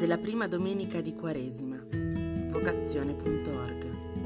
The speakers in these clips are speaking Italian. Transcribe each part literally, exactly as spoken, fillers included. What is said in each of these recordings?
della prima domenica di Quaresima. vocazione punto org.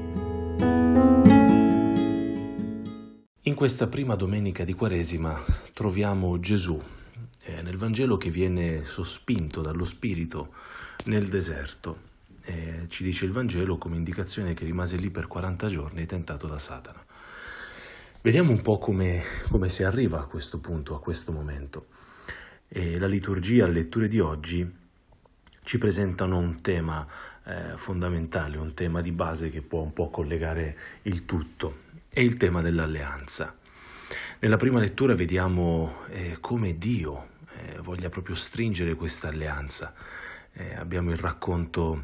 In questa prima domenica di Quaresima troviamo Gesù eh, nel Vangelo che viene sospinto dallo Spirito nel deserto. Eh, ci dice il Vangelo come indicazione che rimase lì per quaranta giorni tentato da Satana. Vediamo un po' come, come si arriva a questo punto, a questo momento. E la liturgia, le letture di oggi ci presentano un tema eh, fondamentale, un tema di base che può un po' collegare il tutto, è il tema dell'alleanza. Nella prima lettura vediamo eh, come Dio eh, voglia proprio stringere questa alleanza. Eh, abbiamo il racconto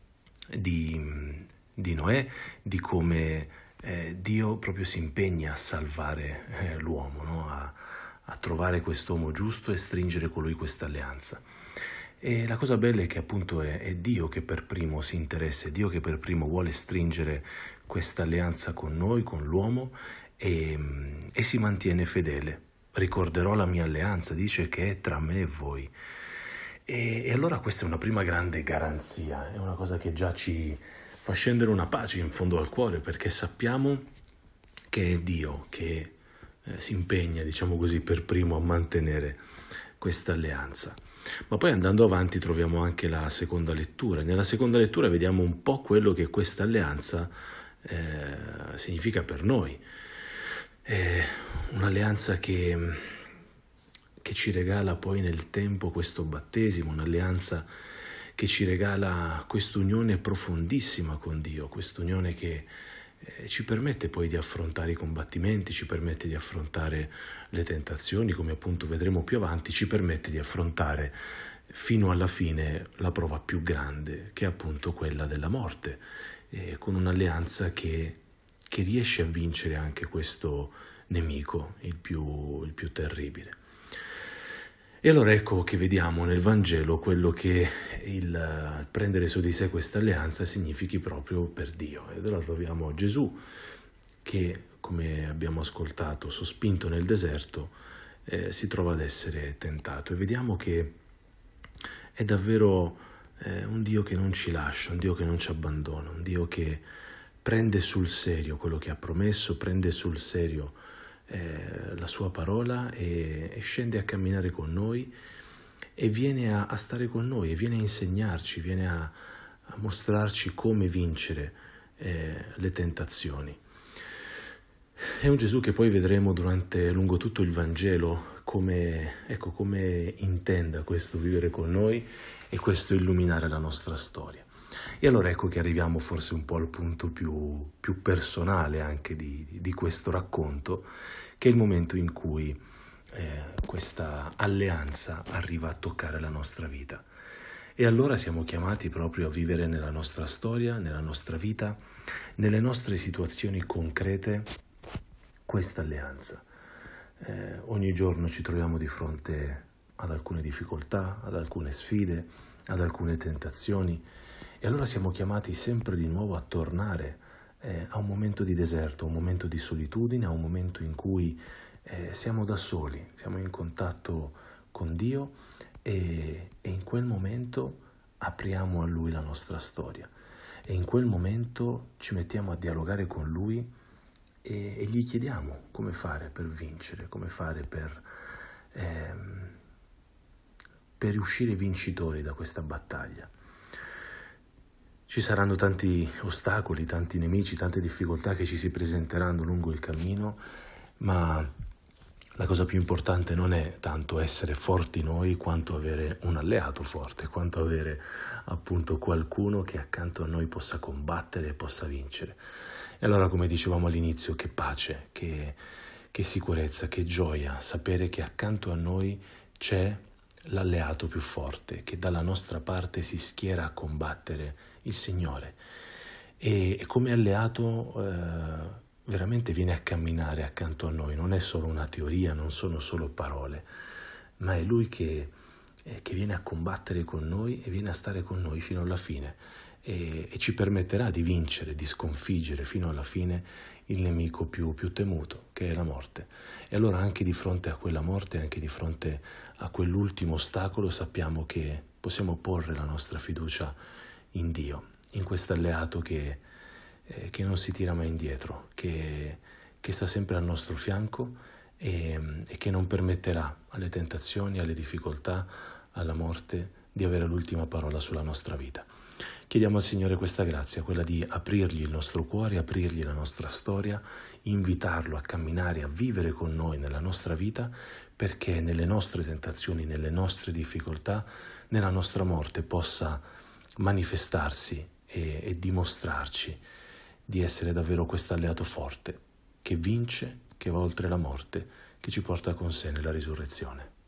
di, di Noè, di come eh, Dio proprio si impegna a salvare eh, l'uomo, no? a, a trovare quest'uomo giusto e stringere con lui questa alleanza. E la cosa bella è che appunto è, è Dio che per primo si interessa, è Dio che per primo vuole stringere questa alleanza con noi, con l'uomo, e, e si mantiene fedele. Ricorderò la mia alleanza, dice, che è tra me e voi. E, e allora questa è una prima grande garanzia, è una cosa che già ci fa scendere una pace in fondo al cuore, perché sappiamo che è Dio che eh, si impegna, diciamo così, per primo a mantenere questa alleanza. Ma poi andando avanti troviamo anche la seconda lettura. Nella seconda lettura vediamo un po' quello che questa alleanza eh, significa per noi. È un'alleanza che, che ci regala poi nel tempo questo battesimo, un'alleanza che ci regala quest'unione profondissima con Dio, quest'unione che eh, ci permette poi di affrontare i combattimenti, ci permette di affrontare le tentazioni, come appunto vedremo più avanti, ci permette di affrontare fino alla fine la prova più grande, che è appunto quella della morte, eh, con un'alleanza che, che riesce a vincere anche questo nemico, il più, il più terribile. E allora ecco che vediamo nel Vangelo quello che il prendere su di sé questa alleanza significhi proprio per Dio. E allora troviamo Gesù che, come abbiamo ascoltato, sospinto nel deserto, eh, si trova ad essere tentato. E vediamo che è davvero eh, un Dio che non ci lascia, un Dio che non ci abbandona, un Dio che prende sul serio quello che ha promesso, prende sul serio Eh, la sua parola e, e scende a camminare con noi e viene a, a stare con noi e viene a insegnarci, viene a, a mostrarci come vincere eh, le tentazioni. È un Gesù che poi vedremo durante lungo tutto il Vangelo come, ecco, come intenda questo vivere con noi e questo illuminare la nostra storia. E allora ecco che arriviamo forse un po' al punto più, più personale anche di, di questo racconto, che è il momento in cui eh, questa alleanza arriva a toccare la nostra vita. E allora siamo chiamati proprio a vivere nella nostra storia, nella nostra vita, nelle nostre situazioni concrete, questa alleanza. Eh, ogni giorno ci troviamo di fronte ad alcune difficoltà, ad alcune sfide, ad alcune tentazioni, e allora siamo chiamati sempre di nuovo a tornare eh, a un momento di deserto, a un momento di solitudine, a un momento in cui eh, siamo da soli, siamo in contatto con Dio e, e in quel momento apriamo a Lui la nostra storia e in quel momento ci mettiamo a dialogare con Lui e, e gli chiediamo come fare per vincere, come fare per, ehm, per uscire vincitori da questa battaglia. Ci saranno tanti ostacoli, tanti nemici, tante difficoltà che ci si presenteranno lungo il cammino, ma la cosa più importante non è tanto essere forti noi quanto avere un alleato forte, quanto avere appunto qualcuno che accanto a noi possa combattere e possa vincere. E allora, come dicevamo all'inizio, che pace, che, che sicurezza, che gioia sapere che accanto a noi c'è l'alleato più forte, che dalla nostra parte si schiera a combattere il Signore e, e come alleato eh, veramente viene a camminare accanto a noi, non è solo una teoria, non sono solo parole, ma è Lui che, eh, che viene a combattere con noi e viene a stare con noi fino alla fine e, e ci permetterà di vincere, di sconfiggere fino alla fine il nemico più, più temuto, che è la morte. E allora anche di fronte a quella morte, anche di fronte a quell'ultimo ostacolo, sappiamo che possiamo porre la nostra fiducia in Dio, in questo alleato che, eh, che non si tira mai indietro, che, che sta sempre al nostro fianco e, e che non permetterà alle tentazioni, alle difficoltà, alla morte di avere l'ultima parola sulla nostra vita. Chiediamo al Signore questa grazia, quella di aprirgli il nostro cuore, aprirgli la nostra storia, invitarlo a camminare, a vivere con noi nella nostra vita, perché nelle nostre tentazioni, nelle nostre difficoltà, nella nostra morte possa manifestarsi e, e dimostrarci di essere davvero questo alleato forte, che vince, che va oltre la morte, che ci porta con sé nella risurrezione.